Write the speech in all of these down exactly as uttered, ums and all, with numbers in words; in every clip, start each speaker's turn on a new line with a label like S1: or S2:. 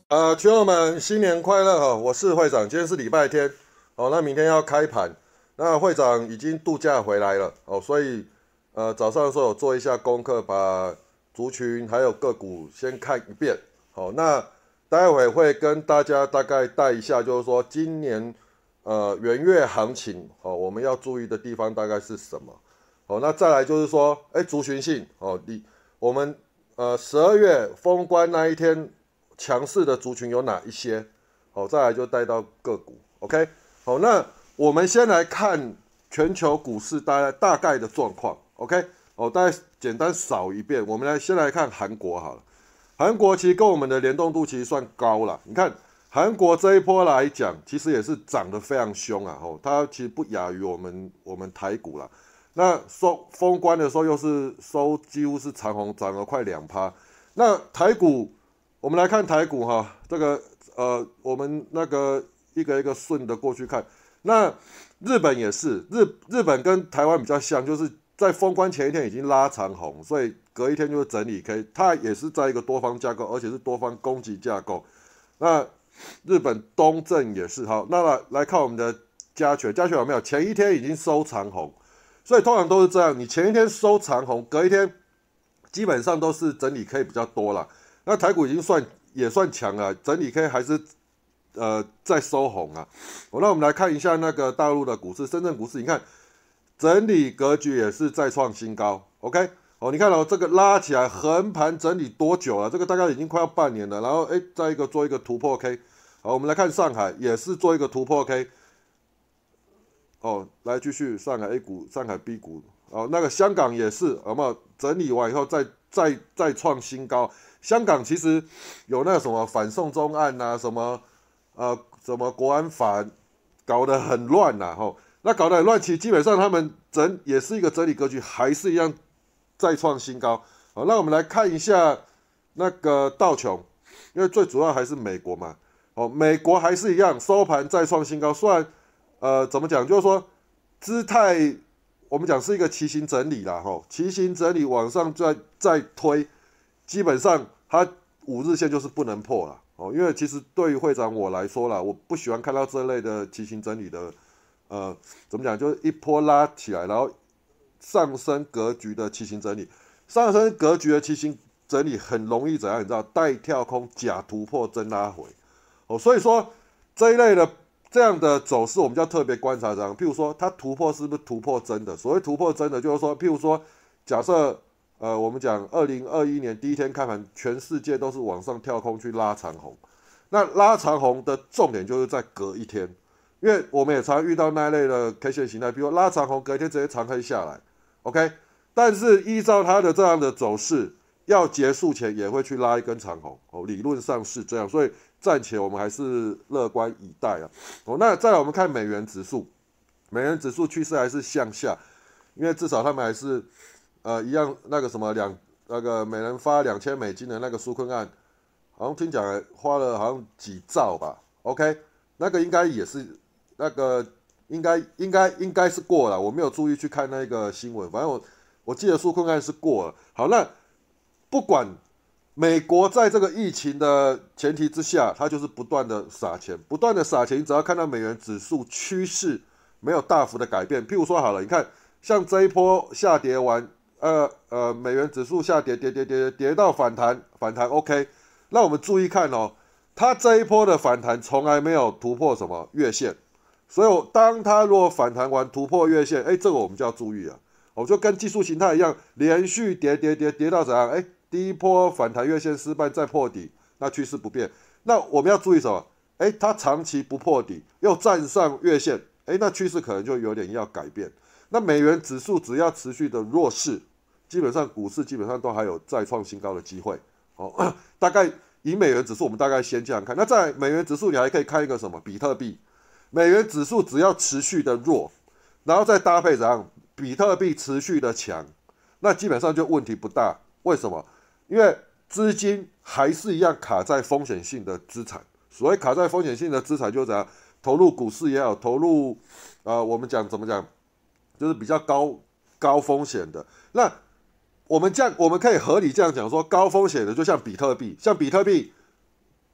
S1: 呃，群友们，新年快乐哈！我是会长，今天是礼拜天，哦，那明天要开盘，那会长已经度假回来了哦，所以呃早上的时候有做一下功课，把族群还有个股先看一遍，好，那待会会跟大家大概带一下，就是说今年呃元月行情哦，我们要注意的地方大概是什么？哦，那再来就是说，哎，族群性哦，你我们呃十二月封关那一天。强势的族群有哪一些？好，再来就带到个股。OK， 好，那我们先来看全球股市大概大概的状况。OK， 哦，大概简单扫一遍。我们来先来看韩国好了。韩国其实跟我们的联动度其实算高了。你看韩国这一波来讲，其实也是涨得非常凶啊。哦，它其实不亚于我们我们台股啦。那收封关的时候又是收几乎是长红，涨了快两趴。那台股。我们来看台股哈，这个呃，我们那个一个一个顺的过去看，那日本也是，日日本跟台湾比较像，就是在封关前一天已经拉长红，所以隔一天就是整理 K， 它也是在一个多方架构，而且是多方攻击架构。那日本东证也是好，那来来看我们的加权，加权有没有？前一天已经收长红，所以通常都是这样，你前一天收长红，隔一天基本上都是整理 K 比较多啦。那台股已经算也算强了，整体 K 还是呃在收红啊。哦，那我们来看一下那个大陆的股市，深圳股市，你看整理格局也是再创新高。OK， 哦，你看哦，这个拉起来横盘整理多久了？这个大概已经快要半年了。然后哎，再一个做一个突破 K。好，我们来看上海也是做一个突破 K。哦，来继续上海 A 股、上海 B 股。哦，那个香港也是，有没有整理完以后再再再创新高？香港其实有那个什么反送中案呐、啊，什么呃什么国安法搞得很乱呐、啊，吼，那搞得很乱，其实基本上他们整也是一个整理格局，还是一样再创新高。好，那我们来看一下那个道琼，因为最主要还是美国嘛，哦，美国还是一样收盘再创新高，虽然呃怎么讲，就是说姿态我们讲是一个旗形整理啦，吼，旗形整理往上再再推。基本上它五日线就是不能破了哦，因为其实对于会长我来说啦，我不喜欢看到这类的旗形整理的，呃，怎么讲，就是一波拉起来，然后上升格局的旗形整理，上升格局的旗形整理很容易怎样？你知道，带跳空、假突破、真拉回哦，所以说这一类的这样的走势，我们就要特别观察这样，譬如说它突破是不是突破真的？所谓突破真的，就是说，譬如说假设。呃，我们讲二零二一年第一天开盘，全世界都是往上跳空去拉长红。那拉长红的重点就是在隔一天，因为我们也常遇到那一类的 K 线形态，比如拉长红，隔一天直接长黑下来 ，OK。但是依照它的这样的走势，要结束前也会去拉一根长红，哦，理论上是这样，所以暂且我们还是乐观以待啊。哦，那再来我们看美元指数，美元指数趋势还是向下，因为至少他们还是。呃，一样那个什么两那个每人发两千美金的那个纾困案，好像听讲花了好像几兆吧。OK， 那个应该也是那个应该应该应该是过了，我没有注意去看那个新闻，反正我我记得纾困案是过了。好，那不管美国在这个疫情的前提之下，它就是不断的撒钱，不断的撒钱，只要看到美元指数趋势没有大幅的改变，譬如说好了，你看像这一波下跌完。呃呃，美元指数下跌，跌跌跌跌到反弹，反弹 OK。那我们注意看哦，它这一波的反弹从来没有突破什么月线，所以我当它如果反弹完突破月线，哎，这个我们就要注意啊。我就跟技术形态一样，连续跌跌跌跌到怎样？哎，第一波反弹月线失败再破底，那趋势不变。那我们要注意什么？哎，它长期不破底，又站上月线，哎，那趋势可能就有点要改变。那美元指数只要持续的弱势，基本上股市基本上都还有再创新高的机会。哦，大概以美元指数，我们大概先这样看。那在美元指数，你还可以看一个什么？比特币。美元指数只要持续的弱，然后再搭配怎样？比特币持续的强，那基本上就问题不大。为什么？因为资金还是一样卡在风险性的资产。所谓卡在风险性的资产，就是怎样？投入股市也好，投入呃，我们讲怎么讲？就是比较高高风险的，那我们这样我们可以合理这样讲说，高风险的就像比特币，像比特币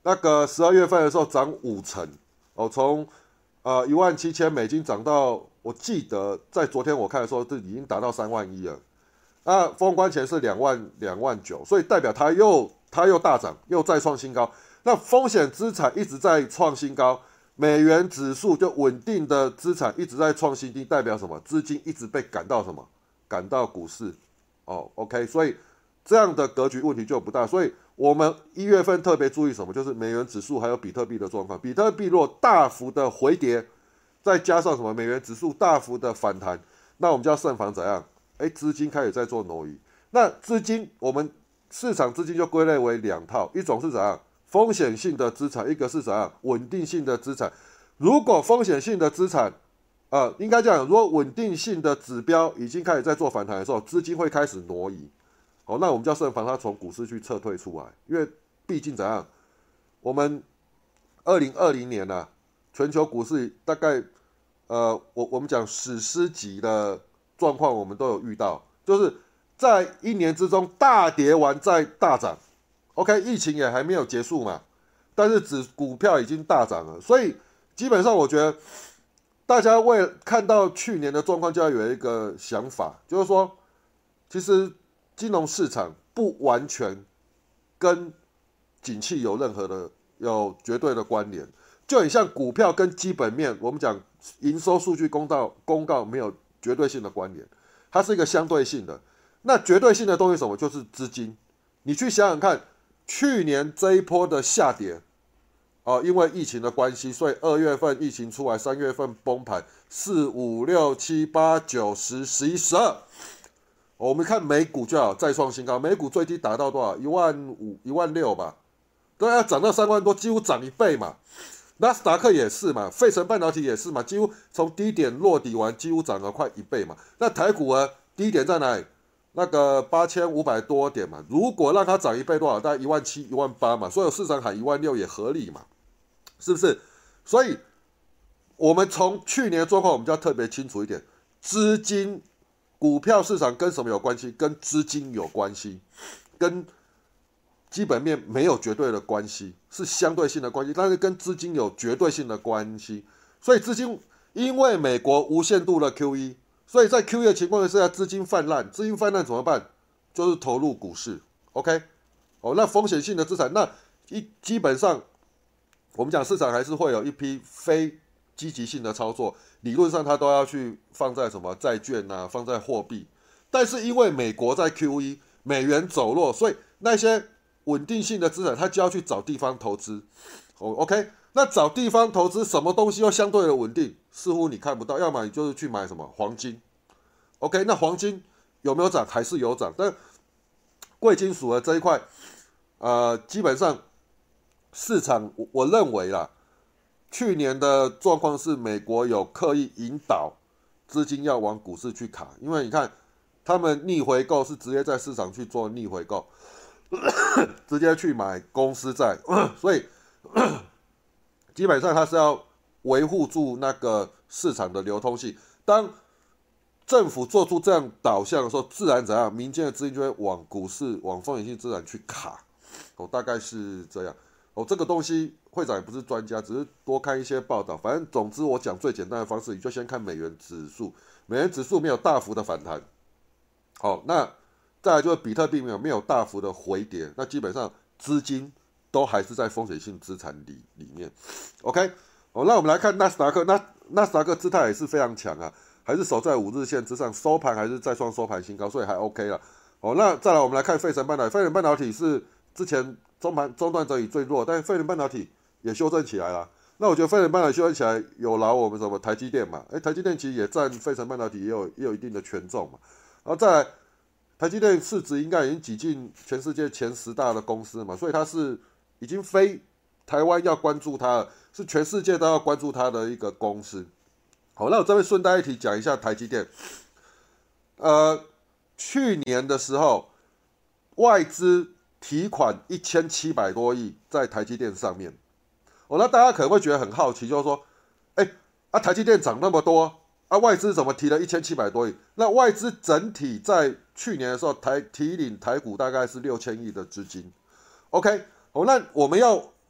S1: 那个十二月份的时候涨五成，哦，从呃一万七千美金涨到，我记得在昨天我看的时候，这已经达到三万一了。那封关前是两万两万九，所以代表它又它又大涨，又再创新高。那风险资产一直在创新高，美元指数就稳定的资产一直在创新低，代表什么？资金一直被赶到什么？赶到股市。哦 ，OK， 所以这样的格局问题就不大。所以我们一月份特别注意什么？就是美元指数还有比特币的状况。比特币若大幅的回跌，再加上什么？美元指数大幅的反弹，那我们就要慎防怎样？哎，资金开始在做挪移。那资金，我们市场资金就归类为两套，一种是怎样？风险性的资产，一个是怎样？稳定性的资产。如果风险性的资产，呃，应该这样，如果稳定性的指标已经开始在做反弹的时候，资金会开始挪移。好，那我们就要慎防它从股市去撤退出来，因为毕竟怎样？我们二零二零年啊，全球股市大概，呃，我我们讲史诗级的状况，我们都有遇到，就是在一年之中大跌完再大涨。OK， 疫情也还没有结束嘛，但是指股票已经大涨了，所以基本上我觉得大家为看到去年的状况，就要有一个想法，就是说，其实金融市场不完全跟景气有任何的有绝对的关联，就很像股票跟基本面，我们讲营收数据公告公告没有绝对性的关联，它是一个相对性的。那绝对性的东西什么？就是资金。你去想想看。去年这一波的下跌，哦，因为疫情的关系，所以二月份疫情出来，三月份崩盘，四五六七八九十十一十二，我们看美股就好，再创新高，美股最低达到多少？一万五、一万六吧，对啊，涨到三万多，几乎涨一倍嘛。纳斯达克也是嘛，费城半导体也是嘛，几乎从低点落底完，几乎涨了快一倍嘛。那台股呢？低点在哪里？那个八千五百多点嘛，如果让它涨一倍多少？大概一万七、一万八嘛，所有市场喊一万六也合理嘛，是不是？所以，我们从去年的状况，我们就要特别清楚一点，资金、股票市场跟什么有关系？跟资金有关系，跟基本面没有绝对的关系，是相对性的关系，但是跟资金有绝对性的关系。所以资金因为美国无限度的 Q E。所以在 Q E 的情况之下，资金泛滥，资金泛滥怎么办？就是投入股市 ，OK？ 哦，那风险性的资产，那一基本上我们讲市场还是会有一批非积极性的操作，理论上它都要去放在什么债券啊，放在货币。但是因为美国在 Q E， 美元走弱，所以那些稳定性的资产，它就要去找地方投资。哦 ，OK？ 那找地方投资，什么东西又相对的稳定？似乎你看不到，要么你就是去买什么黄金。OK， 那黄金有没有涨？还是有涨，但贵金属的这一块，呃，基本上市场我我认为啦，去年的状况是美国有刻意引导资金要往股市去卡，因为你看他们逆回购是直接在市场去做逆回购，直接去买公司债，所以基本上它是要维护住那个市场的流通性。当政府做出这样导向的时候，自然怎样，民间的资金就会往股市、往风险性资产去卡。哦，大概是这样。哦，这个东西会长也不是专家，只是多看一些报道。反正总之，我讲最简单的方式，你就先看美元指数，美元指数没有大幅的反弹。好，那再来就是比特币没有没有大幅的回跌，那基本上资金都还是在风险性资产里里面。OK， 哦，那我们来看纳斯达克，那纳斯达克姿态也是非常强啊，还是守在五日线之上，收盘还是再创收盘新高，所以还 OK 了。哦，那再来我们来看费城半导体，费城半导体是之前中盘中段整理最弱，但是费城半导体也修正起来了。那我觉得费城半导体修正起来有劳我们什么台积电嘛？哎，台积电其实也占费城半导体也有也有一定的权重嘛。然后再来，台积电市值应该已经挤进全世界前十大的公司嘛，所以它是已经非台湾要关注它了，是全世界都要关注它的一个公司。好，那我这边顺带一提讲一下台积电。呃，去年的时候，外资提款一千七百多亿在台积电上面。哦，那大家可能会觉得很好奇，就是说，哎，啊，台积电涨那么多，啊，外资怎么提了一千七百多亿？那外资整体在去年的时候，台提领台股大概是六千亿的资金。OK， 哦，那我们要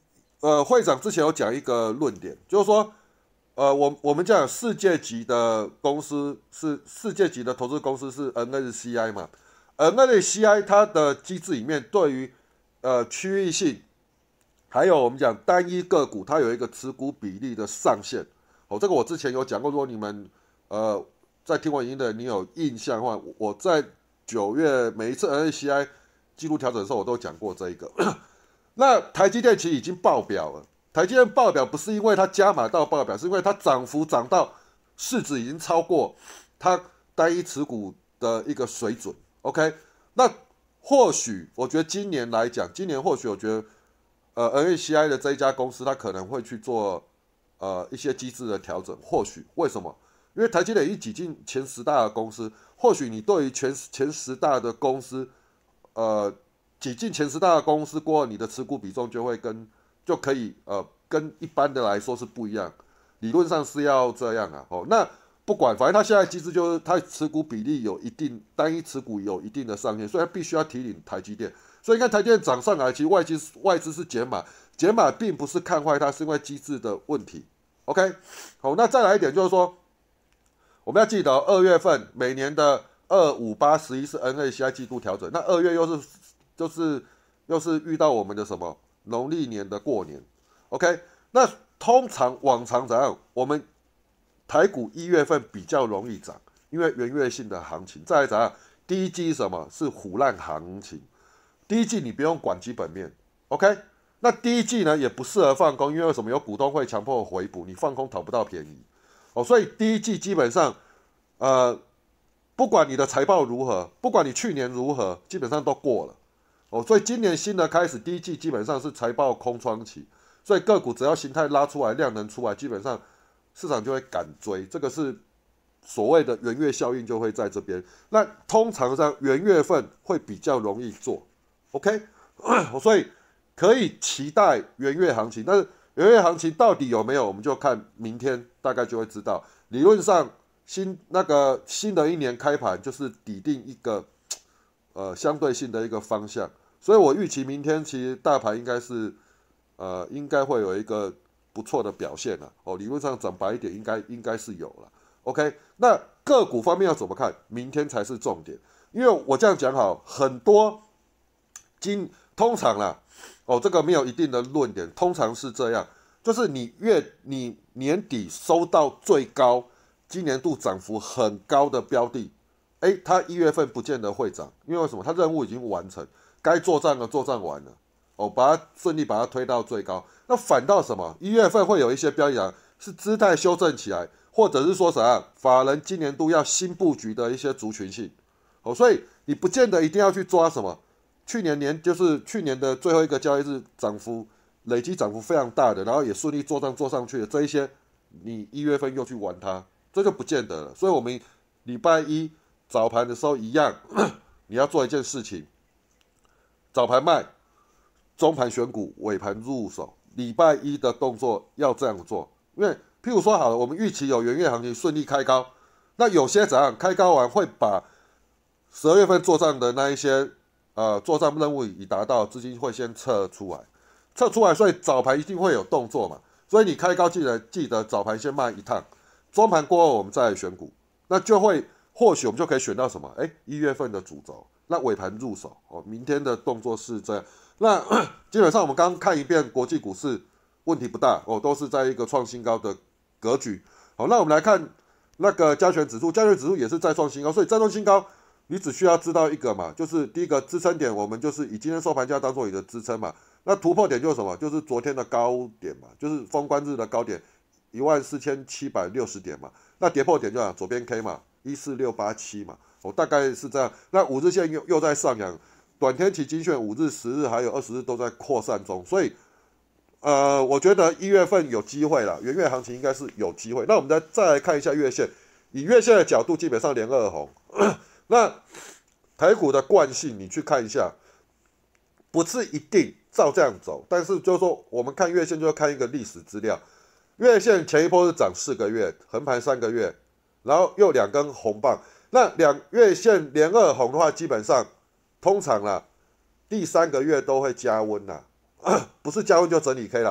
S1: 呃，会长之前有讲一个论点，就是说，呃，我我们讲世界级的公司是世界级的投资公司是 N S C I 嘛，N S C I 它的机制里面对于呃区域性，还有我们讲单一个股，它有一个持股比例的上限。哦，这个我之前有讲过，如果你们呃在听我语音的你有印象的话，我在九月每一次 N S C I 记录调整的时候，我都讲过这一个。那台积电其实已经爆表了，台积电爆表不是因为它加码到爆表，是因为它涨幅涨到市值已经超过它单一持股的一个水准。OK， 那或许我觉得今年来讲，今年或许我觉得呃 N S C I 的这一家公司，它可能会去做呃一些机制的调整。或许为什么？因为台积电已经挤进前十大的公司，或许你对于前前十大的公司，呃。挤进前十大的公司过后，你的持股比重就会跟就可以呃跟一般的来说是不一样，理论上是要这样啊。哦，那不管，反正它现在机制就是它持股比例有一定单一持股有一定的上限，所以它必须要提领台积电。所以你看台积电涨上来，其实外资外资是减码，减码并不是看坏它，是因为机制的问题。OK， 好，那再来一点就是说，我们要记得二月份每年的二五八十一是 N S C I 季度调整，那二月又是。就是又是遇到我们的什么农历年的过年 ，OK？ 那通常往常怎样？我们台股一月份比较容易涨，因为元月性的行情。再来怎样？第一季是什么？是虎烂行情。第一季你不用管基本面 ，OK？ 那第一季呢也不适合放空，因为为什么？有股东会强迫回补，你放空讨不到便宜哦。所以第一季基本上，呃，不管你的财报如何，不管你去年如何，基本上都过了。哦，所以今年新的开始，第一季基本上是财报空窗期，所以个股只要形态拉出来，量能出来，基本上市场就会赶追，这个是所谓的元月效应就会在这边。那通常上元月份会比较容易做 ，OK， 所以可以期待元月行情。但是元月行情到底有没有，我们就看明天大概就会知道。理论上新那个新的一年开盘就是底定一个呃相对性的一个方向。所以我预期明天其实大盘应该是，呃，应该会有一个不错的表现了。哦，理论上涨白一点应该应该是有了。OK， 那个股方面要怎么看？明天才是重点。因为我这样讲好，很多今通常啦，哦，这个没有一定的论点，通常是这样，就是你月你年底收到最高，今年度涨幅很高的标的，哎，它一月份不见得会涨，因为为什么？它任务已经完成。该作战的作战完了，哦，把它顺利把它推到最高。那反倒什么？一月份会有一些标的啊，是姿态修正起来，或者是说啥，法人今年度要新布局的一些族群性，哦，所以你不见得一定要去抓什么。去年年就是去年的最后一个交易日，涨幅累积涨幅非常大的，然后也顺利做账做上去的这一些，你一月份又去玩它，这就不见得了。所以我们礼拜一早盘的时候一样，你要做一件事情。早盘卖，中盘选股，尾盘入手。礼拜一的动作要这样做，因为譬如说好了，我们预期有元月行情顺利开高，那有些怎样开高完会把十二月份做账的那一些呃做账任务已达到，资金会先撤出来，撤出来，所以早盘一定会有动作嘛，所以你开高记得记得早盘先卖一趟，中盘过后我们再来选股，那就会或许我们就可以选到什么？哎，一月份的主轴。那尾盘入手哦，明天的动作是这样。那基本上我们刚刚看一遍国际股市，问题不大哦，都是在一个创新高的格局。好，那我们来看那个加权指数，加权指数也是再创新高，所以再创新高，你只需要知道一个嘛，就是第一个支撑点，我们就是以今天收盘价当做你的支撑嘛。那突破点就是什么？就是昨天的高点嘛，就是封关日的高点一万四千七百六十点嘛。那跌破点就啊左边 K 嘛，一四六八七嘛。哦，大概是这样。那五日线又又在上扬，短天期精选五日、十日还有二十日都在扩散中，所以，呃，我觉得一月份有机会了，元月行情应该是有机会。那我们再再来看一下月线，以月线的角度，基本上连二红。那台股的惯性，你去看一下，不是一定照这样走，但是就是说，我们看月线就要看一个历史资料。月线前一波是涨四个月，横盘三个月，然后又两根红棒。那两月线连二红的话，基本上通常啦，第三个月都会加温啦，不是加温就整理 K 啦。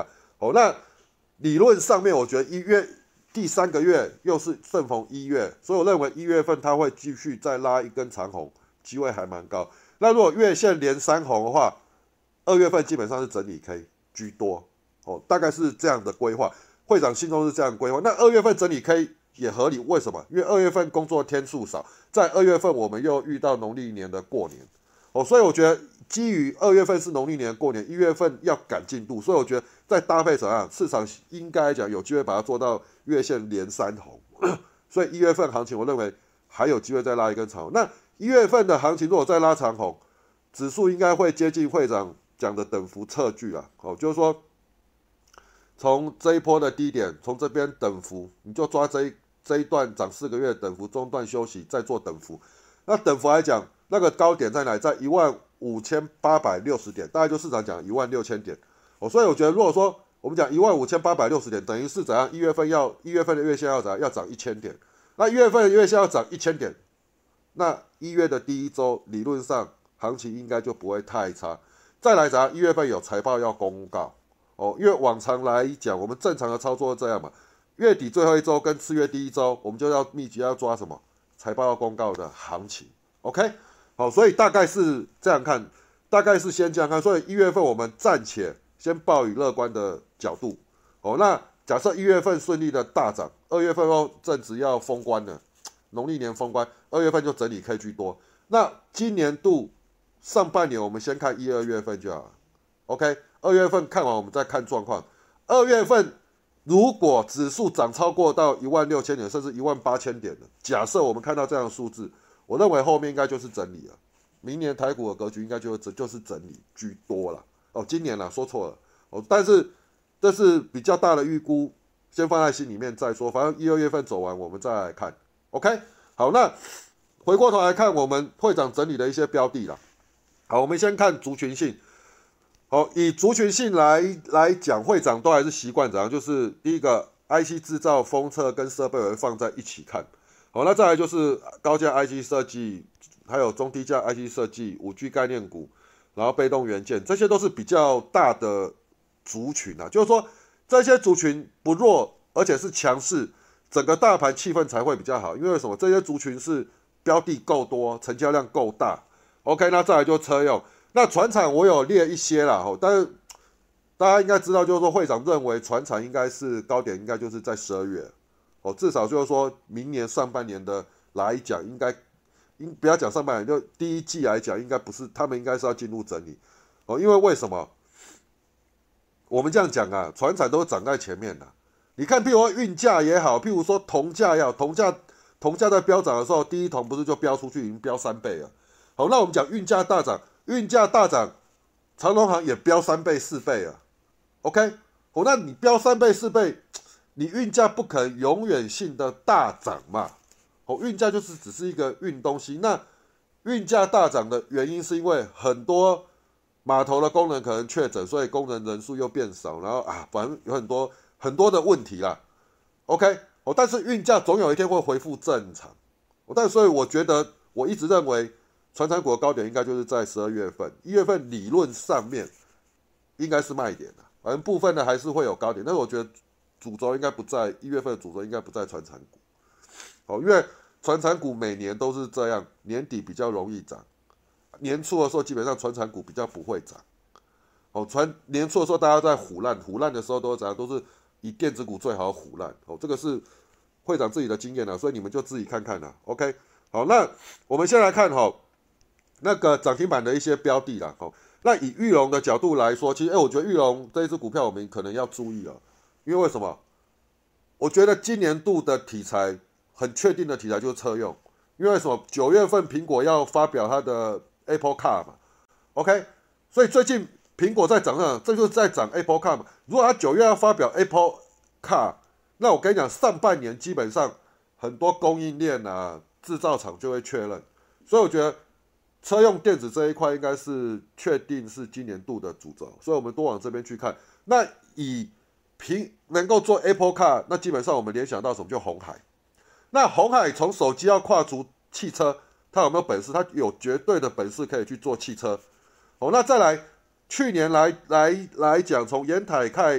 S1: 哦，那理论上面我觉得一月第三个月又是盛逢一月，所以我认为一月份它会继续再拉一根长红，机会还蛮高。那如果月线连三红的话，二月份基本上是整理 K 居多，哦，大概是这样的规划。会长心中是这样规划。那二月份整理 K 也合理，为什么？因为二月份工作天数少，在二月份我们又遇到农历年的过年，哦，所以我觉得基于二月份是农历年过年，一月份要赶进度，所以我觉得在搭配怎样，市场应该来讲有机会把它做到月线连三红，所以一月份行情我认为还有机会再拉一根长红。那一月份的行情如果再拉长红，指数应该会接近会长讲的等幅测距啊，哦，就是说从这一波的低点，从这边等幅，你就抓这一这一段涨四个月的等幅，中段休息再做等幅。那等幅来讲，那个高点在哪里？在一万五千八百六十点，大概就市场讲一万六千点。哦，所以我觉得如果说我们讲一万五千八百六十点，等于是怎样？一月份要一月份的月线要怎样？要涨一千点。那一月份的月线要涨一千点，那一月的第一周理论上行情应该就不会太差。再来讲，一月份有财报要公告。哦，因为往常来讲，我们正常的操作是这样嘛，月底最后一周跟次月第一周，我们就要密集要抓什么财报要公告的行情 ，OK， 好，所以大概是这样看，大概是先这样看，所以一月份我们暂且先抱以乐观的角度，哦，那假设一月份顺利的大涨，二月份哦正值要封关了，农历年封关，二月份就整理 K 居多，那今年度上半年我们先看一二月份就好了 ，OK。二月份看完，我们再看状况。二月份如果指数涨超过到一万六千点，甚至一万八千点的，假设我们看到这样的数字，我认为后面应该就是整理了。明年台股的格局应该就就是整理居多了。哦，今年啦，说错了。哦，但是这是比较大的预估，先放在心里面再说。反正一二月份走完，我们再来看。OK， 好，那回过头来看我们会长整理的一些标的啦。好，我们先看族群性。好，以族群性来来讲，会长都还是习惯怎样？就是第一个 I C 制造、封测跟设备会放在一起看。好，那再来就是高价 I C 设计，还有中低价 I C 设计、五 G 概念股，然后被动元件，这些都是比较大的族群啊。就是说这些族群不弱，而且是强势，整个大盘气氛才会比较好。因为什么？这些族群是标的够多，成交量够大。OK， 那再来就车用。那传产我有列一些啦，但是大家应该知道，就是说会长认为传产应该是高点，应该就是在十二月，哦，至少就是说明年上半年的来讲，应该应不要讲上半年，就第一季来讲，应该不是，他们应该是要进入整理，哦，因为为什么？我们这样讲啊，传产都是涨在前面的，你看，譬如说运价也好，譬如说铜价也好，铜价铜价在飙涨的时候，第一铜不是就飙出去，已经飙三倍了，好，那我们讲运价大涨。运价大涨，长荣行也飙三倍四倍啊 ，OK， 哦，那你飙三倍四倍，你运价不可能永远性的大涨嘛，哦，运价就是只是一个运东西，那运价大涨的原因是因为很多码头的工人可能确诊，所以工人人数又变少，然后啊，反正有很多很多的问题啦 ，OK， 哦，但是运价总有一天会恢复正常，哦，但所以我觉得我一直认为。传产股的高点应该就是在十二月份，一月份理论上面应该是卖点的，反正部分的还是会有高点，但是我觉得主轴应该不在一月份的主轴应该不在传产股，哦，因为传产股每年都是这样，年底比较容易涨，年初的时候基本上传产股比较不会涨，哦，传年初的时候大家在唬烂，唬烂的时候都是怎样，都是以电子股最好唬烂，哦，这个是会长自己的经验啦，所以你们就自己看看啦 ，OK， 好，那我们先来看哈。那个涨停板的一些标的啦，哦，那以裕隆的角度来说，其实，哎，我觉得裕隆这一支股票我们可能要注意了，因为为什么？我觉得今年度的题材很确定的题材就是车用，因为什么？九月份苹果要发表它的 Apple Car 嘛 ，OK， 所以最近苹果在涨上，这就是在涨 Apple Car 嘛。如果它九月要发表 Apple Car， 那我跟你讲，上半年基本上很多供应链啊、制造厂就会确认，所以我觉得。车用电子这一块应该是确定是今年度的主轴，所以我们多往这边去看。那以平能够做 Apple Car， 那基本上我们联想到什么？就鸿海。那鸿海从手机要跨足汽车，它有没有本事？它有绝对的本事可以去做汽车。哦，那再来，去年来来来讲，从严凯泰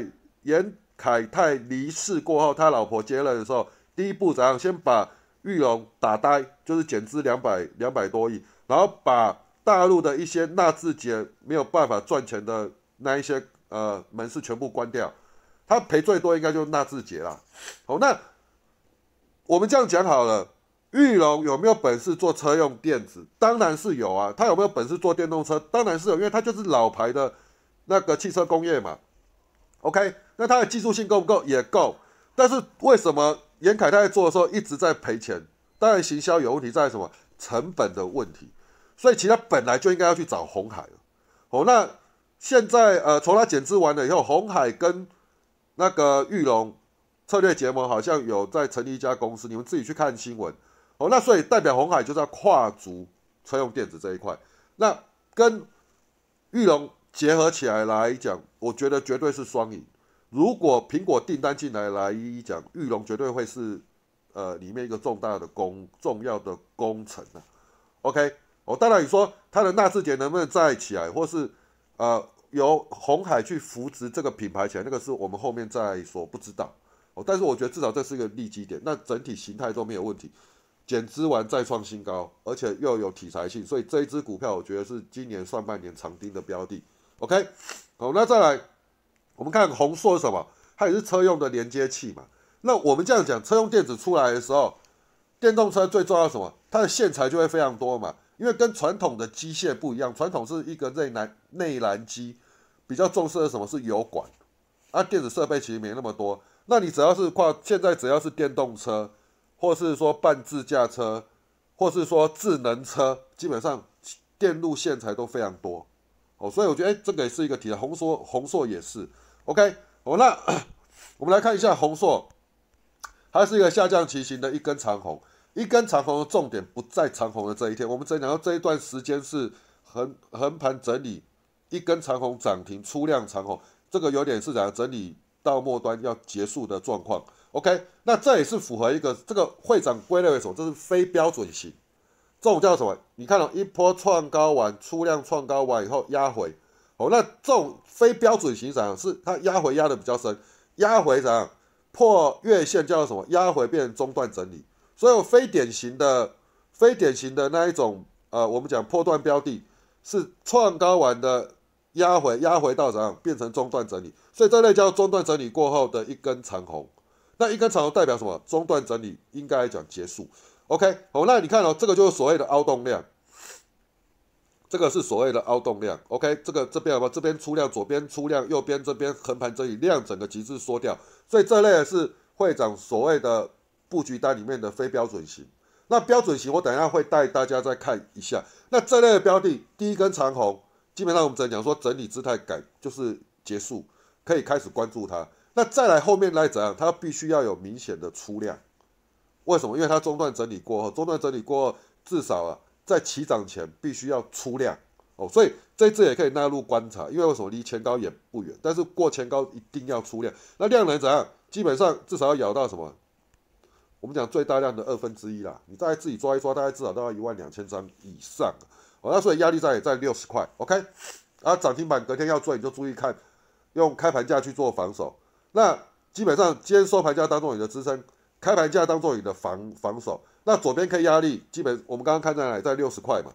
S1: 严凯泰离世过后，他老婆接任的时候，第一步怎样？先把裕隆打呆，就是减资两百两百多亿，然后把大陆的一些纳智捷没有办法赚钱的那一些呃门市全部关掉，他赔最多应该就是纳智捷啦。好，那我们这样讲好了。裕隆有没有本事做车用电子？当然是有啊。他有没有本事做电动车？当然是有，因为他就是老牌的那个汽车工业嘛。OK， 那它的技术性够不够？也够。但是为什么严凯泰在做的时候一直在赔钱？当然行销有问题在什么？成本的问题。所以其实他本来就应该要去找鸿海了。哦，那现在呃，从他减资完了以后，鸿海跟那个裕隆策略结盟好像有在成立一家公司，你们自己去看新闻。哦，那所以代表鸿海就是要跨足车用电子这一块，那跟裕隆结合起来来讲，我觉得绝对是双赢。如果苹果订单进来来讲，裕隆绝对会是呃里面一个重大的工重要的工程啊。OK， 哦，当然你说它的纳智捷能不能再起来，或是呃由鸿海去扶植这个品牌起来，那个是我们后面再说，不知道。哦，但是我觉得至少这是一个利基点，那整体形态都没有问题。减资完再创新高，而且又有题材性，所以这一支股票我觉得是今年上半年长盯的标的。OK， 好，那再来我们看宏硕是什么？它也是车用的连接器嘛。那我们这样讲，车用电子出来的时候，电动车最重要是什么？它的线材就会非常多嘛，因为跟传统的机械不一样，传统是一个内燃内燃机，比较重视的什么是油管，啊，电子设备其实没那么多。那你只要是跨，现在只要是电动车。或是说半自驾车，或是说智能车，基本上电路线材都非常多，哦，所以我觉得，哎，这个也是一个题材。宏硕，宏硕也是 ，OK， 哦，那我们来看一下宏硕，它是一个下降旗形的一根长红，一根长红的重点不在长红的这一天，我们只讲到这一段时间是横横盘整理，一根长红涨停，出量长红，这个有点是讲整理到末端要结束的状况。OK， 那这也是符合一个这个会长归类为什么？这是非标准型，这种叫什么？你看到、哦、一波创高完，出量创高完以后压回，哦，那这种非标准型怎样？是它压回压的比较深，压回怎样？破月线叫做什么？压回变成中段整理，所以有非典型的、非典型的那一种，呃，我们讲波段标的是创高完的压回，压回到怎样？变成中段整理，所以这类叫中段整理过后的一根长红。那一根长红代表什么？中段整理应该来讲结束。OK， 好，那你看哦，这个就是所谓的凹动量，这个是所谓的凹动量。OK， 这个这边有没有？这边出量，左边出量，右边这边横盘整理，量整个极致缩掉，所以这类是会长所谓的布局单里面的非标准型。那标准型我等一下会带大家再看一下。那这类的标的，第一根长红，基本上我们只能讲说整理姿态改就是结束，可以开始关注它。那再来后面来怎样？它必须要有明显的出量，为什么？因为它中段整理过后，中段整理过后，至少啊在起涨前必须要出量哦，所以这支也可以纳入观察。因为为什么？离前高也不远，但是过前高一定要出量。那量能怎样？基本上至少要咬到什么？我们讲最大量的二分之一啦，你大概自己抓一抓，大概至少都要一万两千张以上哦。那所以压力在也在六十块 ，OK。啊，涨停板隔天要追，你就注意看，用开盘价去做防守。那基本上今天收盘价当做你的支撑，开盘价当做你的防防守。那左边 K 压力基本我们刚刚看在哪里？在六十块嘛。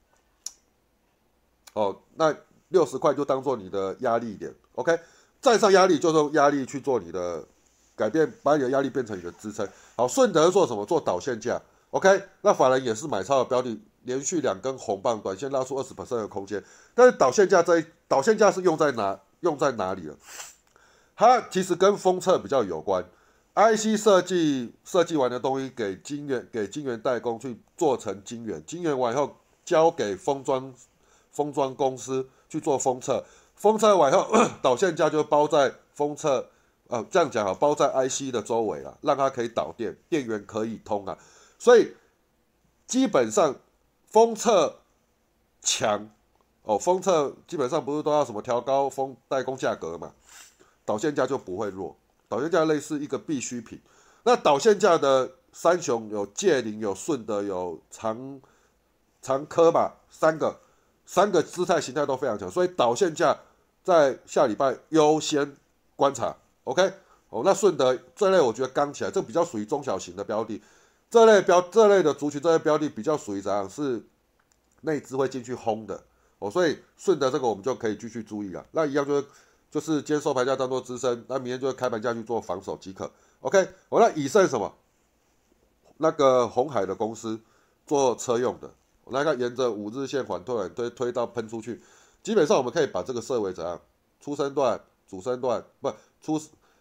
S1: 哦，那六十块就当做你的压力点 ，OK。站上压力就是用压力去做你的改变，把你的压力变成你的支撑。好，顺德做什么？做导线价 ，OK。那法人也是买超的标的，连续两根红棒，短线拉出 百分之二十 的空间。但是导线价这一导线价是用在哪？用在哪里了？它其实跟封测比较有关 ，I C 设计设计完的东西给晶圆给晶圆代工去做成晶圆，晶圆完以后交给封装封装公司去做封测，封测完以后导线架就包在封测，呃这样讲好，包在 I C 的周围啦，让它可以导电，电源可以通啊，所以基本上封测强哦，封测基本上不是都要什么调高封代工价格嘛？导线架就不会弱，导线架类似一个必需品。那导线架的三雄有界霖、有顺德、有长长科吧，三个三个姿态形态都非常强，所以导线架在下礼拜优先观察 OK， 哦，那顺德这类我觉得刚起来，这比较属于中小型的标的，这类标这类的族群这类标的比较属于怎样是内资会进去轰的哦，所以顺德这个我们就可以继续注意了。那一样就是就是今天收盘价当做支撑，那明天就开盘价去做防守即可。OK， 我、哦、那以剩什么？那个鸿海的公司做车用的，我那个沿着五日线缓推推推到喷出去，基本上我们可以把这个设为怎样？初升段、主升段，不初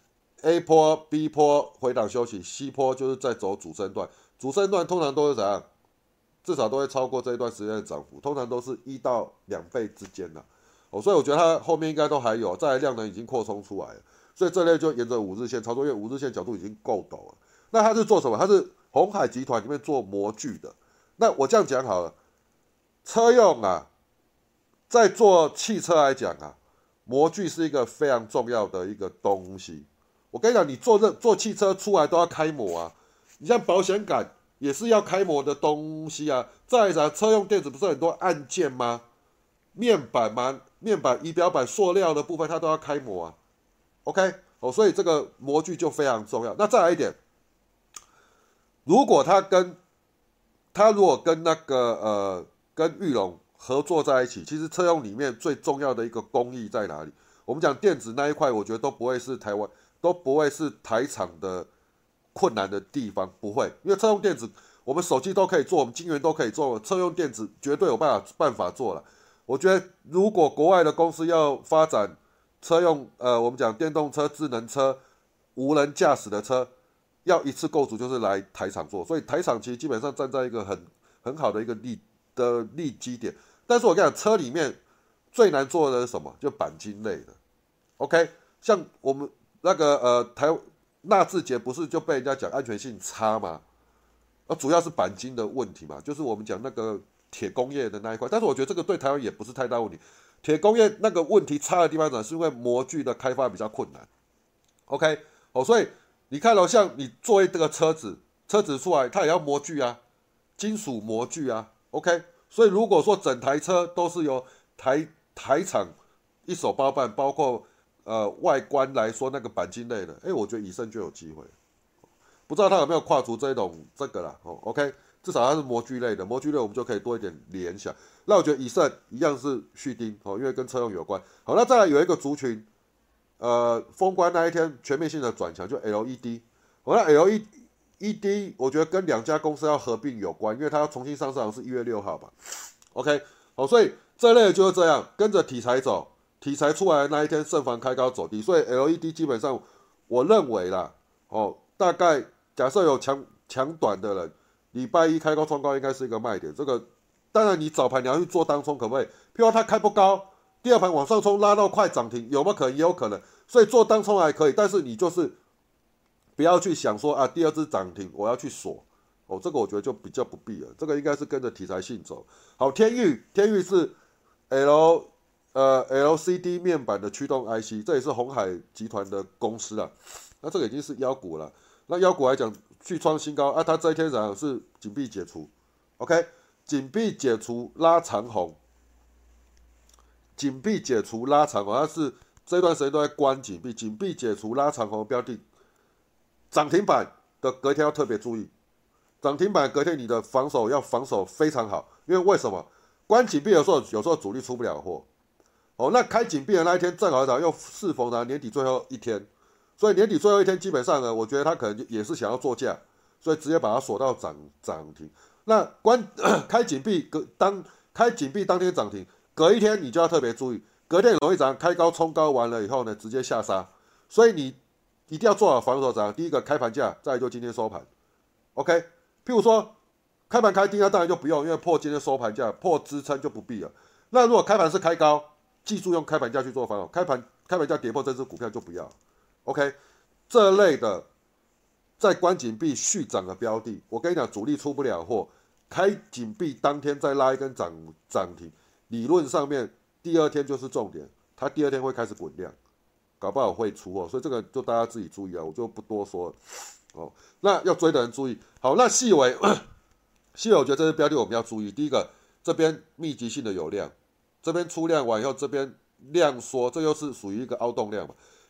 S1: A 波、B 波回档休息 ，C 波就是在走主升段。主升段通常都是怎样？至少都会超过这一段时间的涨幅，通常都是一到两倍之间的。哦，所以我觉得它后面应该都还有，再来量能已经扩充出来了，所以这类就沿着五日线操作，因为五日线角度已经够陡了。那它是做什么？它是鸿海集团里面做模具的。那我这样讲好了，车用啊，在做汽车来讲啊，模具是一个非常重要的一个东西。我跟你讲，你做这做汽车出来都要开模啊，你像保险杆也是要开模的东西啊。再来，车用电子不是很多按键吗？面板吗？面板、仪表板、塑料的部分它都要开模啊。OK， 哦，所以这个模具就非常重要。那再来一点，如果它跟它如果跟那个呃跟裕隆合作在一起，其实车用里面最重要的一个工艺在哪里？我们讲电子那一块，我觉得都不会是台湾都不会是台厂的困难的地方，不会，因为车用电子我们手机都可以做，我们晶圆都可以做，车用电子绝对有办法办法做了。我觉得如果国外的公司要发展车用，呃，我们讲电动车、智能车、无人驾驶的车，要一次构筑就是来台厂做，所以台厂其实基本上站在一个很很好的一个利的利基点。但是我跟你讲，车里面最难做的是什么？就钣金类的。OK， 像我们那个呃台纳智捷不是就被人家讲安全性差吗？啊，主要是钣金的问题嘛，就是我们讲那个铁工业的那一块。但是我觉得这个对台湾也不是太大问题。铁工业那个问题差的地方呢，是因为模具的开发比较困难。OK， 哦，所以你看到、哦、像你做一个车子，车子出来它也要模具啊，金属模具啊。OK， 所以如果说整台车都是由台台厂一手包办，包括呃外观来说那个钣金类的，哎，我觉得以盛就有机会。不知道他有没有跨足这种这个啦，哦 ，OK， 至少它是模具类的，模具类我们就可以多一点联想。那我觉得以盛一样是续订哦，因为跟车用有关。好，那再来有一个族群，呃，封关那一天全面性的转强就 L E D， 好，那 L E D 我觉得跟两家公司要合并有关，因为它要重新上市好像是一月六号吧。OK， 好，所以这类就是这样，跟着题材走，题材出来的那一天盛凡开高走低，所以 L E D 基本上我认为啦，哦，大概假设有强强短的人，礼拜一开高创高应该是一个卖点。这个当然你早盘你要去做当冲可不可以？譬如它开不高，第二盘往上冲拉到快涨停，有没有可能？也有可能。所以做当冲还可以，但是你就是不要去想说啊，第二只涨停我要去锁哦，这个我觉得就比较不必了。这个应该是跟着题材性走。好，天域，天域是 L 呃 L C D 面板的驱动 I C， 这也是鸿海集团的公司了。那这个已经是妖股了。那妖股来讲，续创新高啊，它这一天早上是紧闭解除 ，OK， 紧闭解除拉长红，紧闭解除拉长红，它是这段时间都在关紧闭，紧闭解除拉长红的标的，涨停板的隔天要特别注意，涨停板隔天你的防守要防守非常好，因为为什么？关紧闭的时候，有时候主力出不了货，哦，那开紧闭的那一天正好又适逢呢年底最后一天。所以年底最后一天，基本上呢，我觉得他可能也是想要做价，所以直接把它锁到涨涨停。那关开紧闭隔当开紧闭当天涨停，隔一天你就要特别注意，隔天容易涨，开高冲高完了以后呢，直接下杀。所以你一定要做好防守涨。第一个开盘价，再来就今天收盘。OK， 譬如说开盘开低，那当然就不用，因为破今天收盘价破支撑就不必了。那如果开盘是开高，记住用开盘价去做防守，开盘开盘价跌破这只股票就不要。OK， 这类的在关紧闭续涨的标的，我跟你讲，主力出不了货，开紧闭当天再拉一根涨涨停，理论上面第二天就是重点，它第二天会开始滚量，搞不好会出货，所以这个就大家自己注意啊，我就不多说了。哦，那要追的人注意。好，那细微，细微我觉得这些标的我们要注意。第一个，这边密集性的有量，这边出量完以后，这边量缩，这又是属于一个凹动量嘛。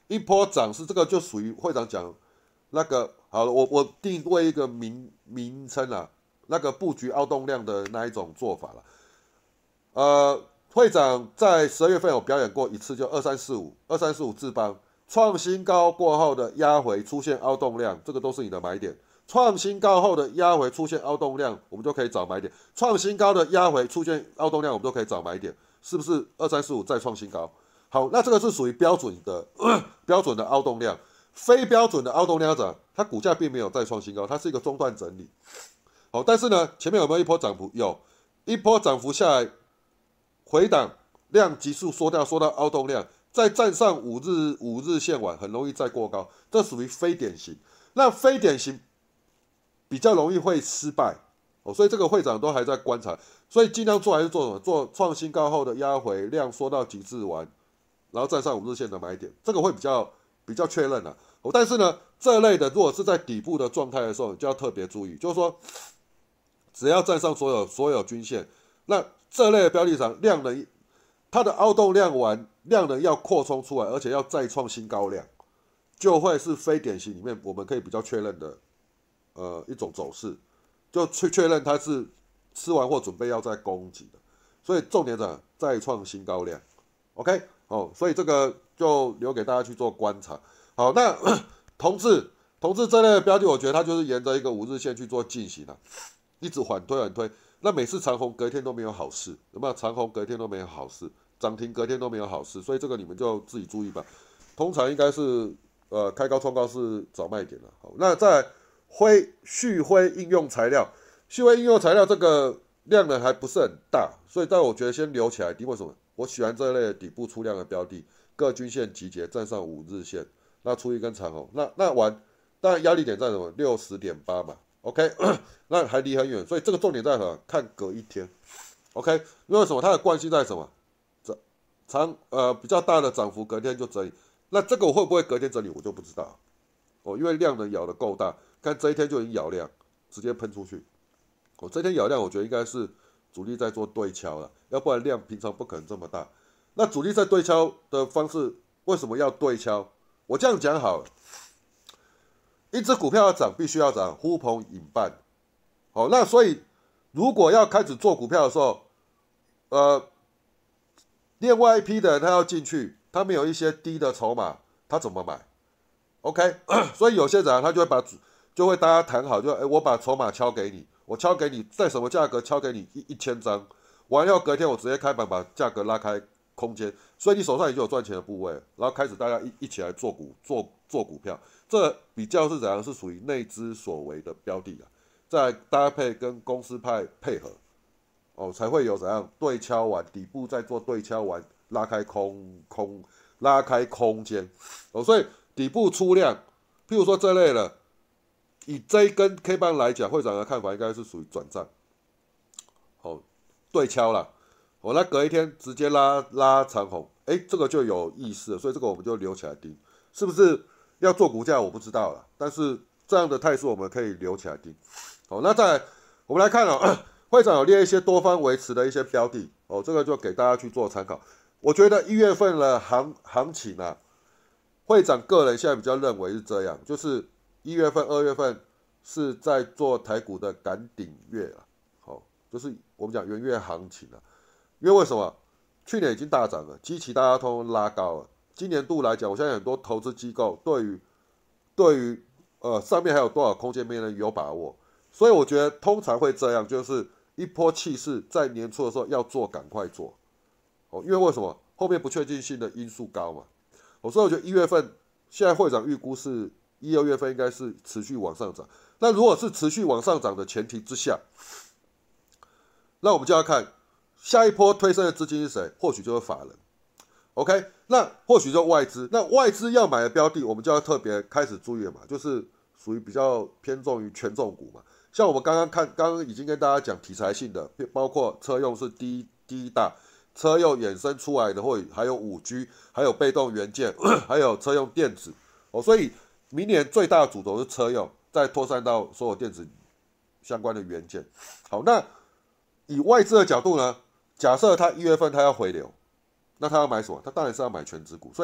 S1: 一波涨势，这个就属于会长讲那个好了，我我定位一个名名称啊，那个布局凹动量的那一种做法了。呃，会长在十二月份有表演过一次，就二三四五，二三四五智邦创新高过后的压回出现凹动量，这个都是你的买点。创新高后的压回出现凹动量，我们就可以找买点。创新高的压回出现凹动量，我们都可以找买点，是不是？二三四五再创新高，好，那这个是属于标准的标准的凹动量。非标准的凹动量涨，它股价并没有再创新高，它是一个中段整理。好，但是呢，前面有没有一波涨幅？有，一波涨幅下来，回档量急速缩掉，缩到凹动量，再站上五日五日线完，很容易再过高，这属于非典型。那非典型比较容易会失败哦，所以这个会长都还在观察，所以尽量做还是做什么？做创新高后的压回，量缩到极致完，然后站上五日线的买点，这个会比较比较确认了、啊哦。但是呢，这类的如果是在底部的状态的时候，你就要特别注意，就是说，只要站上所有所有均线，那这类的标的上量能，它的凹动量完，量能要扩充出来，而且要再创新高量，就会是非典型里面我们可以比较确认的。呃，一种走势，就确确认它是吃完或准备要再攻击的，所以重点在再创新高量 ，OK， 哦，所以这个就留给大家去做观察。好，那同志同志这类的标的，我觉得它就是沿着一个五日线去做进行的、啊，一直缓推缓推，那每次长红隔天都没有好事，有没有？长红隔天都没有好事，涨停隔天都没有好事，所以这个你们就自己注意吧。通常应该是呃开高冲高是找卖点了。好，那再来。灰续灰应用材料，续灰应用材料这个量呢还不是很大，所以但我觉得先留起来。为什么？我喜欢这类的底部出量的标的，各均线集结站上五日线，那出一根长红，那那完，当然压力点在什么？六十点八嘛 ，OK， 那还离很远，所以这个重点在什么？看隔一天 ，OK， 因为什么？它的惯性在什么？长呃比较大的涨幅隔天就整理，那这个我会不会隔天整理我就不知道哦，因为量能咬的够大。看这一天就已经咬量，直接喷出去。我、哦、这天咬量，我觉得应该是主力在做对敲了，要不然量平常不可能这么大。那主力在对敲的方式，为什么要对敲？我这样讲好了，一只股票要涨，必须要涨呼朋引伴。好、哦，那所以如果要开始做股票的时候，呃，另外一批的人他要进去，他没有一些低的筹码，他怎么买 ？OK， 所以有些人他就会把就会大家谈好，就哎，我把筹码敲给你，我敲给你，在什么价格敲给你一一千张，完了隔天我直接开盘把价格拉开空间，所以你手上已经有赚钱的部位，然后开始大家一一起来做股做做股票，这比较是怎样？是属于内资所为的标的啊，再搭配跟公司派配合，哦，才会有怎样对敲完底部再做对敲完拉开空空拉开空间，哦，所以底部出量，譬如说这类的。以这一根 K 棒来讲，会长的看法应该是属于转战，哦，对敲了，哦，那隔一天直接拉拉长红，哎，这个就有意思了，所以这个我们就留起来盯，是不是要做股价我不知道了，但是这样的态势我们可以留起来盯，好，那再来我们来看哦，会长有列一些多方维持的一些标的，哦，这个就给大家去做参考。我觉得一月份的行行情啊，会长个人现在比较认为是这样，就是。一月份、二月份是在做台股的赶顶月了，好，就是我们讲元月行情了。因为为什么？去年已经大涨了，基期大家通拉高了。今年度来讲，我相信很多投资机构对于对于呃上面还有多少空间没人有把握，所以我觉得通常会这样，就是一波气势在年初的时候要做，赶快做。哦，因为为什么？后面不确定性的因素高嘛。哦，所以我觉得一月份现在会长预估是。一二月份应该是持续往上涨，那如果是持续往上涨的前提之下，那我们就要看下一波推升的资金是谁，或许就是法人 ，OK， 那或许就外资，那外资要买的标的，我们就要特别开始注意了嘛，就是属于比较偏重于权重股嘛，像我们刚刚看，刚刚已经跟大家讲题材性的，包括车用是第一第一大，车用衍生出来的，或还有 五 G， 还有被动元件，还有车用电子，哦，所以。明年最大的主轴是车用，再扩散到所有电子相关的元件。好，那以外资的角度呢？假设他一月份他要回流，那他要买什么？他当然是要买全指股。所以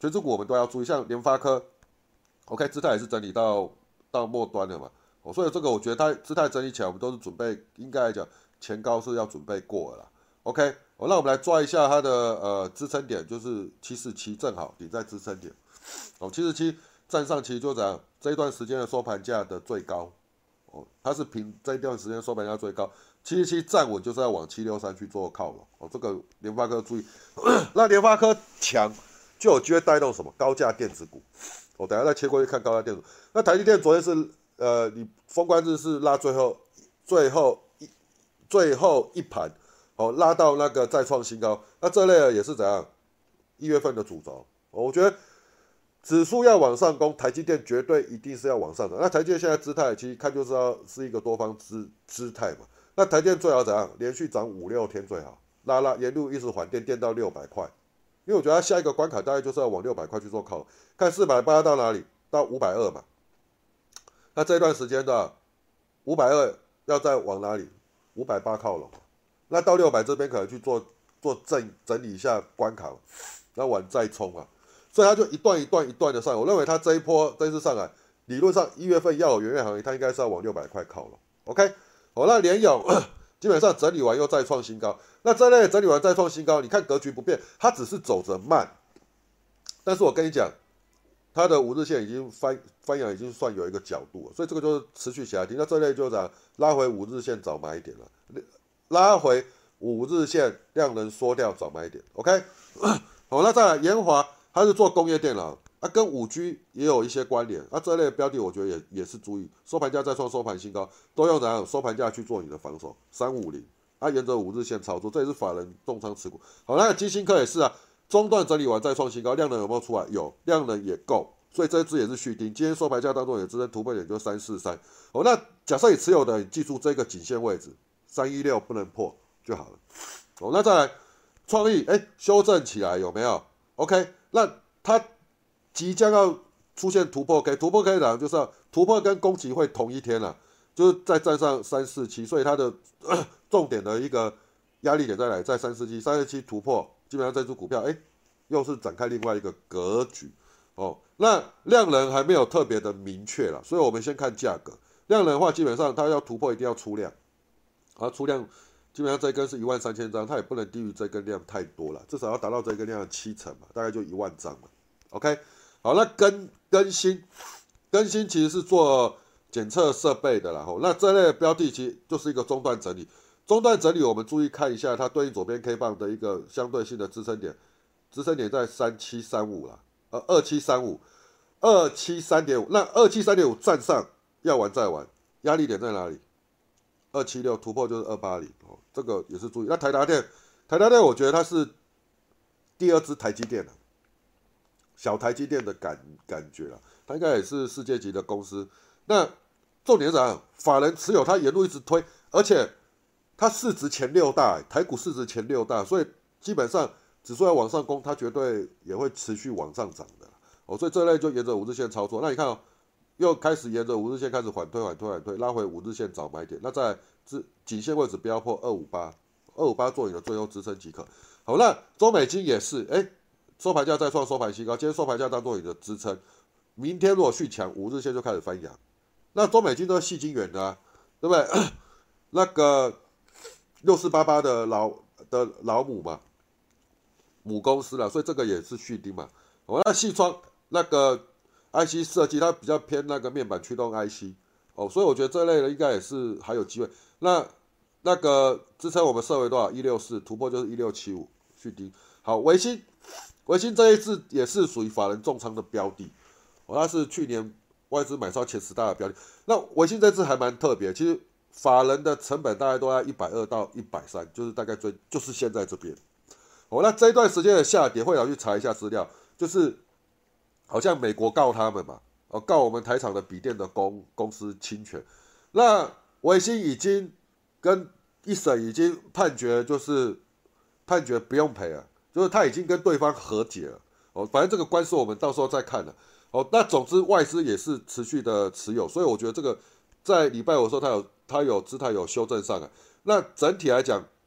S1: 全指股我们都要注意，像联发科 ，OK， 姿态也是整理到到末端了嘛，哦，所以这个我觉得它姿态整理起来，我们都是准备，应该来讲前高是要准备过了啦 ，OK， 哦，那我们来抓一下它的呃支撑点，就是七四七，正好顶在支撑点，哦，七四七站上其实就讲这一段时间的收盘价的最高，哦，它是凭这一段时间收盘价最高。七七七站稳就是要往七六三去做靠拢哦，这个联发科注意，那联发科强就有机会带动什么高价电子股，我、哦、等一下再切过去看高价电子股。那台积电昨天是呃，你封关日是拉最后最后一最后一盘，哦，拉到那个再创新高，那这类也是怎样一月份的主轴、哦，我觉得指数要往上攻，台积电绝对一定是要往上的。那台积电现在姿态其实看就知道是一个多方姿姿态嘛。那台电最好怎样？连续涨五六天最好，拉拉沿路一直缓电，电到六百块，因为我觉得它下一个关卡大概就是要往六百块去做靠，看四百八到哪里？到五百二嘛。那这段时间的五百二要再往哪里？五百八靠拢，那到六百这边可能去做做整整理一下关卡，然后往再冲啊，所以它就一段一段一段的上来。我认为它这一波这一次上来，理论上一月份要有元月行情，它应该是要往六百块靠拢 ，OK。哦，那联咏基本上整理完又再创新高，那这类整理完再创新高，你看格局不变，它只是走着慢，但是我跟你讲，它的五日线已经翻翻阳，已经算有一个角度了，所以这个就是持续起来停。那这类就讲拉回五日线早买一点了，拉回五日线量能缩掉早买一点 ，OK。好，那再来研华，它是做工业电脑。啊，跟五 G 也有一些关联，啊，这类的标的我觉得也也是注意，收盘价再创收盘新高，都用怎样收盘价去做你的防守，三五零，啊，沿着五日线操作，这也是法人重仓持股。好，那金星科也是啊，中段整理完再创新高，量能有没有出来？有，量能也够，所以这一支也是续盯。今天收盘价当中也支撑突破点就三四三。哦，那假设你持有的，你记住这个颈线位置，三一六不能破就好了。哦，那再来创意，哎，修正起来有没有 ？OK， 那它。即将要出现突破 K， 突破 K 档就是要突破跟攻击会同一天了，就是再站上三四七，所以它的重点的一个压力点在哪里？在三四七，三四七突破，基本上这支股票哎，又是展开另外一个格局哦。那量能还没有特别的明确了，所以我们先看价格。量能的话，基本上它要突破一定要出量，啊，出量基本上这一根是一万三千张，它也不能低于这根量太多了，至少要达到这根量的七成嘛，大概就一万张嘛。OK。好，那更更新，更新其实是做检测设备的啦。吼，那这类的标的其实就是一个中段整理。中段整理，我们注意看一下它对应左边 K 棒的一个相对性的支撑点，支撑点在三七三五啦，呃，二七三五，二七三点五。那二七三点五站上要玩再玩，压力点在哪里？二七六突破就是二八零，哦，这个也是注意。那台达电，台达电我觉得它是第二支台积电了。小台积电的感感觉了，它应该也是世界级的公司。那重点是啥？法人持有它沿路一直推，而且它市值前六大，台股市值前六大，所以基本上指数要往上攻，它绝对也会持续往上涨的。哦，所以这类就沿着五日线操作。那你看哦，又开始沿着五日线开始缓推缓推缓推，拉回五日线找买点。那在颈线位置不要破二五八，二五八做你的最后支撑即可。好，那中美金也是，哎。收盘价再创收盘新高，今天收盘价当做你的支撑，明天如果续强，五日线就开始翻阳。那中美金都是细晶圆的、啊，对不对？那个六四八八的老的老母嘛，母公司了，所以这个也是续盯嘛。哦，那细窗那个 I C 设计，它比较偏那个面板驱动 I C， 哦，所以我觉得这类的应该也是还有机会。那那个支撑我们设为多少？一六四，突破就是一六七五，续盯。好，微星。微星这一次也是属于法人重仓的标的，哦，它是去年外资买超前十大的标的。那微星这次还蛮特别，其实法人的成本大概都在一百二到一百三，就是大概最就是现在这边。哦，那这一段时间的下跌，会想去查一下资料，就是好像美国告他们嘛，哦，告我们台厂的笔电的公公司侵权。那微星已经跟一审已经判决，就是判决不用赔了。就是他已经跟对方和解了，哦，反正这个官司我们到时候再看了，哦，那总之外资也是持续的持有，所以我觉得这个在礼拜五的时候它有它有姿态有修正上来，那整体来讲，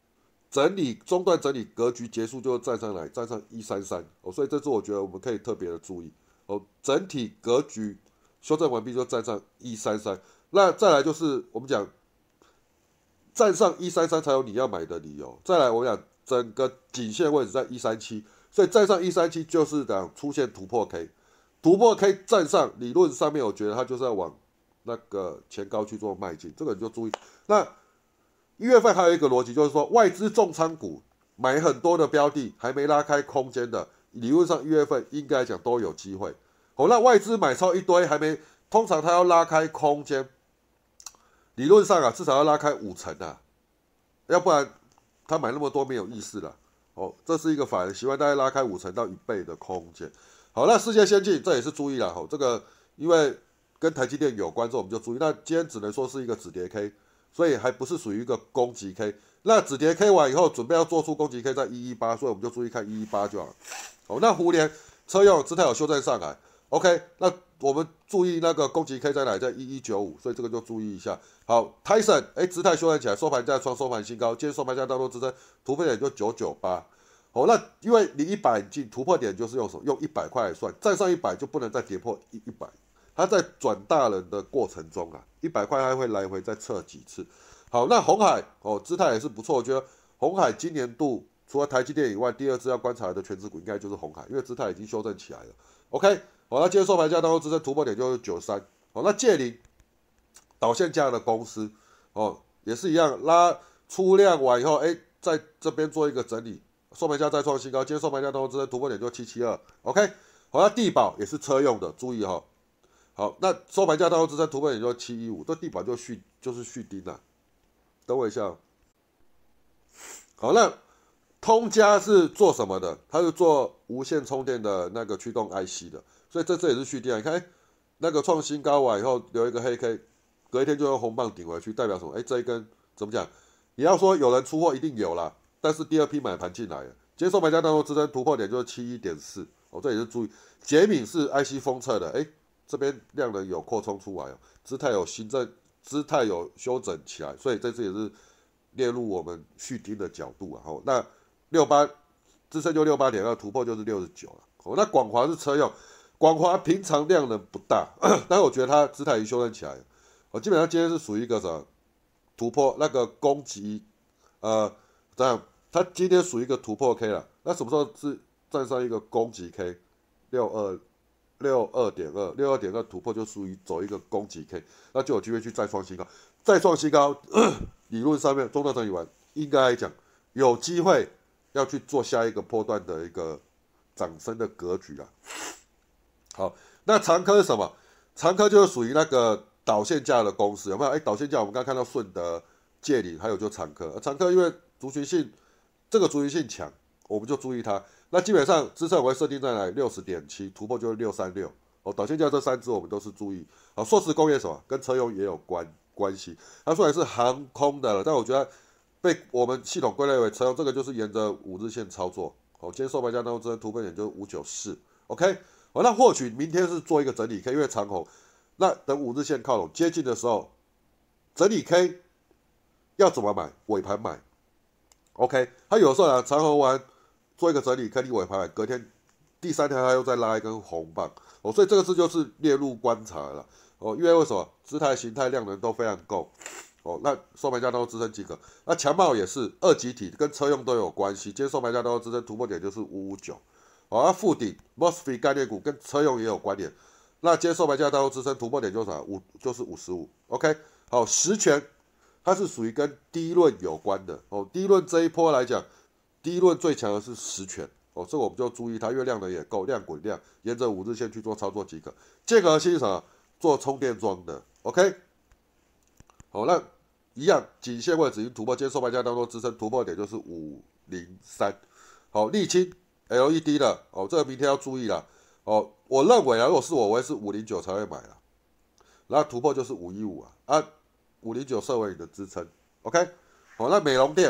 S1: 整理中段整理格局结束就站上来，站上一三三哦，所以这次我觉得我们可以特别的注意哦，整体格局修正完毕就站上一三三，那再来就是我们讲站上一三三才有你要买的理由，再来我们讲整个颈线位置在一三七，所以站上一三七就是讲出现突破 K， 突破 K 站上理论上面我觉得它就是要往那个前高去做迈进，这个你就注意。那一月份还有一个逻辑，就是说外资重仓股买很多的标的，还没拉开空间的，理论上一月份应该讲都有机会。好，那外资买超一堆，还没，通常它要拉开空间，理论上啊，至少要拉开五成啊，要不然他买那么多没有意思了。哦，这是一个法人喜欢大概拉开五成到一倍的空间。好，那世界先进这也是注意了，哦，这个因为跟台积电有关，这我们就注意。那今天只能说是一个止跌 K。所以还不是属于一个攻击 K， 那止跌 K 完以后，准备要做出攻击 K 在一一八，所以我们就注意看一一八就好了。好，那胡联车用姿态有修正上来 ，OK， 那我们注意那个攻击 K 在哪里，在一一九五，所以这个就注意一下。好 ，Tyson， 哎，姿态修正起来，收盘价创收盘新高，今天收盘价当中支撑突破点就九九八。好，那因为你一百进突破点就是用什么？用一百块来算，站上一百就不能再跌破一百。它在转大人的过程中啊，一百块还会来回再测几次。好，那鸿海哦，姿态也是不错，我觉得鸿海今年度除了台积电以外，第二支要观察的全指股应该就是鸿海，因为姿态已经修正起来了。OK， 好，那今天收盘价当中支撑突破点就是九十三。好，那界霖导线价的公司哦，也是一样，拉出量完以后，哎，在这边做一个整理，收盘价再创新高，今天收盘价当中支撑突破点就七七二。OK， 好，那地保也是车用的，注意哈、哦。好，那收盘价当中支撑突破点就七一五，这地板就续就是续钉了。等我一下。好，那通家是做什么的？它是做无线充电的那个驱动 I C 的，所以这这也是续钉。你看，那个创新高完以后留一个黑 K， 隔一天就用红棒顶回去，代表什么？哎，这一根怎么讲？你要说有人出货一定有啦，但是第二批买盘进来了。今天收盘价当中支撑突破点就是七一点四，哦，这也是注意。捷敏是 I C 封测的，哎。这边量能有扩充出来哦，姿态有新正，姿态有修整起来，所以这次也是列入我们续盯的角度啊。哦，那六八支撑就六八点二，突破就是六十九了。哦，那广华是车用，广华平常量能不大，但是我觉得它姿态已经修正起来了。哦，基本上今天是属于一个什么突破那个攻击，呃，这样它今天属于一个突破 K 了。那什么时候是站上一个攻击 K？ 六二。六二点二，六二点二突破就属于走一个攻击 K， 那就有机会去再创新高，再创新高，理论上面中段整理完，应该来讲有机会要去做下一个波段的一个涨升的格局啦。好，那长科是什么？长科就是属于那个导线架的公司，有没有？哎，导线架我们刚刚看到顺德、界霖，还有就长科，长科因为族群性这个族群性强，我们就注意它。那基本上支撑我会设定在哪里？六十点七，突破就是六三六。哦，导线架这三只我们都是注意。好，硕士工业什么？跟车用也有关关系。它虽然是航空的了，但我觉得被我们系统归类为车用，这个就是沿着五日线操作。好，今天收盘价当中支撑突破点就是五九四。OK， 好，那或许明天是做一个整理 K， 因为长红。那等五日线靠拢接近的时候，整理 K 要怎么买？尾盘买。OK， 它有时候啊，长红完。做一个整理，颗粒尾盘，隔天第三天它又再拉一根红棒，哦，所以这个字就是列入观察了，哦，因为为什么姿态、形态、量能都非常够，哦，那收盘价当中支撑几个，那强茂也是二级体，跟车用都有关系，今天收盘价当中支撑突破点就是五五九，哦，那富鼎 M O S F E T 概念股跟车用也有关联，那今天收盘价当中支撑突破点就是啥五就是五十五 ，OK， 好，实权它是属于跟低论有关的，哦，低论这一波来讲。第一轮最强的是实权哦，这个我们就注意它，因为量能也够，量滚量，沿着五日线去做操作即可。剑核心是什么？做充电桩的 ，OK。好，那一样，颈线位置已经突破，今天收盘价当中支撑突破点就是五零三。好，沥青 L E D 的哦，这个明天要注意了哦。我认为啊，如果是我，我也是五零九才会买了，然后突破就是五一五啊，啊，五零九设为你的支撑 ，OK。好，那美容店。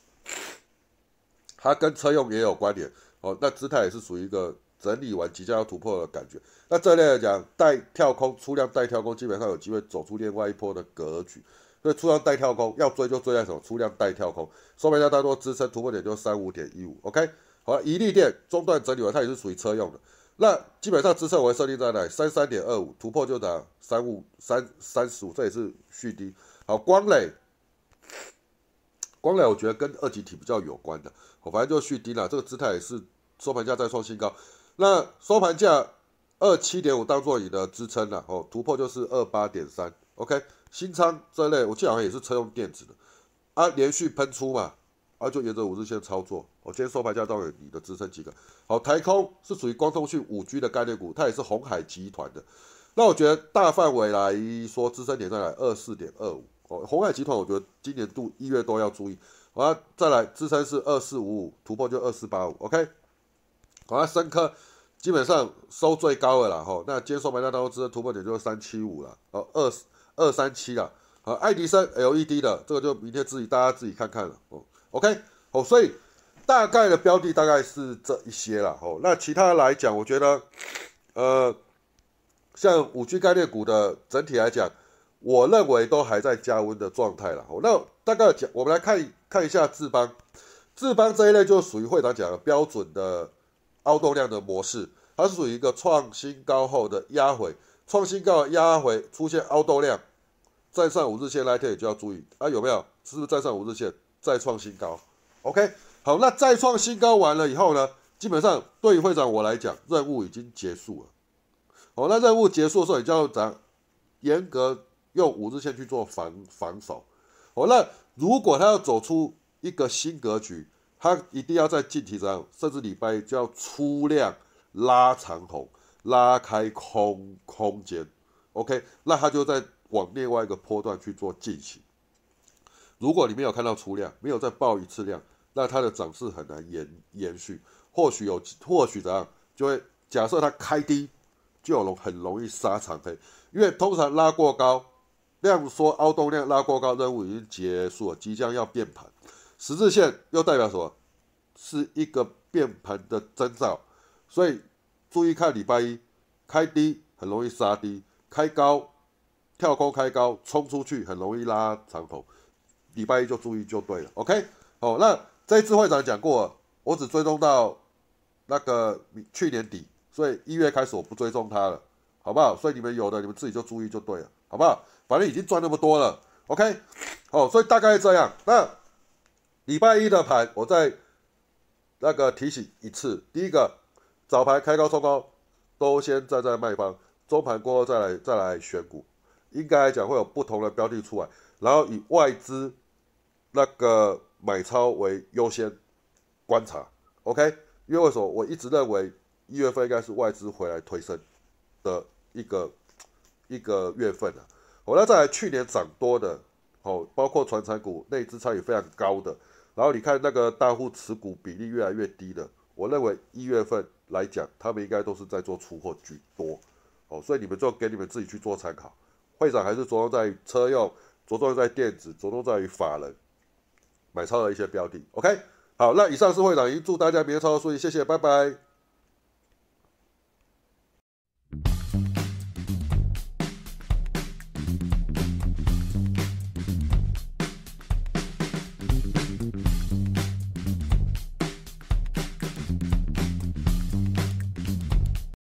S1: 它跟车用也有关联哦，那姿态也是属于一个整理完即将要突破的感觉。那这类来讲，带跳空出量带跳空，基本上有机会走出另外一波的格局。 所以出量带跳空，要追就追在什么？出量带跳空，收盘价大多支撑突破点就三五点一五 ，OK。好，宜利电中段整理完，它也是属于车用的，那基本上支撑我会设定在哪里？三三点二五，突破就打三五三三十五，这也是续低。好，光磊，光磊我觉得跟二级体比较有关的，我反正就续低了，这个姿态也是收盘价再创新高，那收盘价二七点五当做你的支撑了，哦，突破就是二八点三 ，OK。新昌这类我记得好像也是车用电子的，啊，连续喷出嘛。啊，就沿着五日线操作。我、哦、今天收盘价到底你的支撑几个？好，台空是属于光通讯五 G 的概念股，它也是鸿海集团的。那我觉得大范围来说，支撑点在哪？二四点二五。哦，鸿海集团我觉得今年度一月多要注意。好、啊，再来支撑是二四五五，突破就二四八五。OK。好、啊，深科基本上收最高的啦。吼、哦，那今天收盘价当中支撑突破点就是三七五了。哦，二二三七了。好，爱迪生 L E D 的这个就明天自己大家自己看看了。哦。OK， 哦，所以大概的标的大概是这一些啦，哦，那其他来讲，我觉得，呃，像五 G 概念股的整体来讲，我认为都还在加温的状态啦。哦，那大概讲，我们来看看一下智邦，智邦这一类就属于会长讲的标准的凹动量的模式，它是属于一个创新高后的压回，创新高的压回出现凹动量，站上五日线那一天也就要注意啊，有没有？是不是站上五日线？再创新高 ，OK， 好，那再创新高完了以后呢，基本上对于会长我来讲，任务已经结束了。好，那任务结束的时候，你就要怎样严格用五日线去做防防守。好，那如果他要走出一个新格局，他一定要在近期怎样，甚至礼拜一就要出量拉长红，拉开空空间 ，OK， 那他就在往另外一个波段去做进行。如果你没有看到出量，没有再爆一次量，那它的涨势很难延延续。或许有，或许怎样，就会假设它开低，就有很容易杀长黑，因为通常拉过高，量缩凹动量拉过高，任务已经结束了，即将要变盘。十字线又代表什么？是一个变盘的征兆，所以注意看礼拜一开低很容易杀低，开高跳空开高冲出去很容易拉长头。礼拜一就注意就对了 ，OK， 好，那这一次会长讲过，我只追踪到那个去年底，所以一月开始我不追踪它了，好不好？所以你们有的你们自己就注意就对了，好不好？反正已经赚那么多了 ，OK， 好，所以大概这样。那礼拜一的盘，我再那个提醒一次，第一个早盘开高冲高都先站在卖方，中盘过后再来再来选股，应该来讲会有不同的标的出来，然后以外资那个买超为优先观察 ，OK？ 因为为什么？我一直认为一月份应该是外资回来推升的一个一个月份啊。我、哦、那再来去年涨多的，哦，包括传产股内资参与非常高的，然后你看那个大户持股比例越来越低的，我认为一月份来讲，他们应该都是在做出货居多，哦，所以你们就给你们自己去做参考。会长还是着重在于车用，着重在电子，着重在于法人买超的一些标的 ，OK？ 好，那以上是会长，祝大家明天操作顺利，谢谢，拜拜。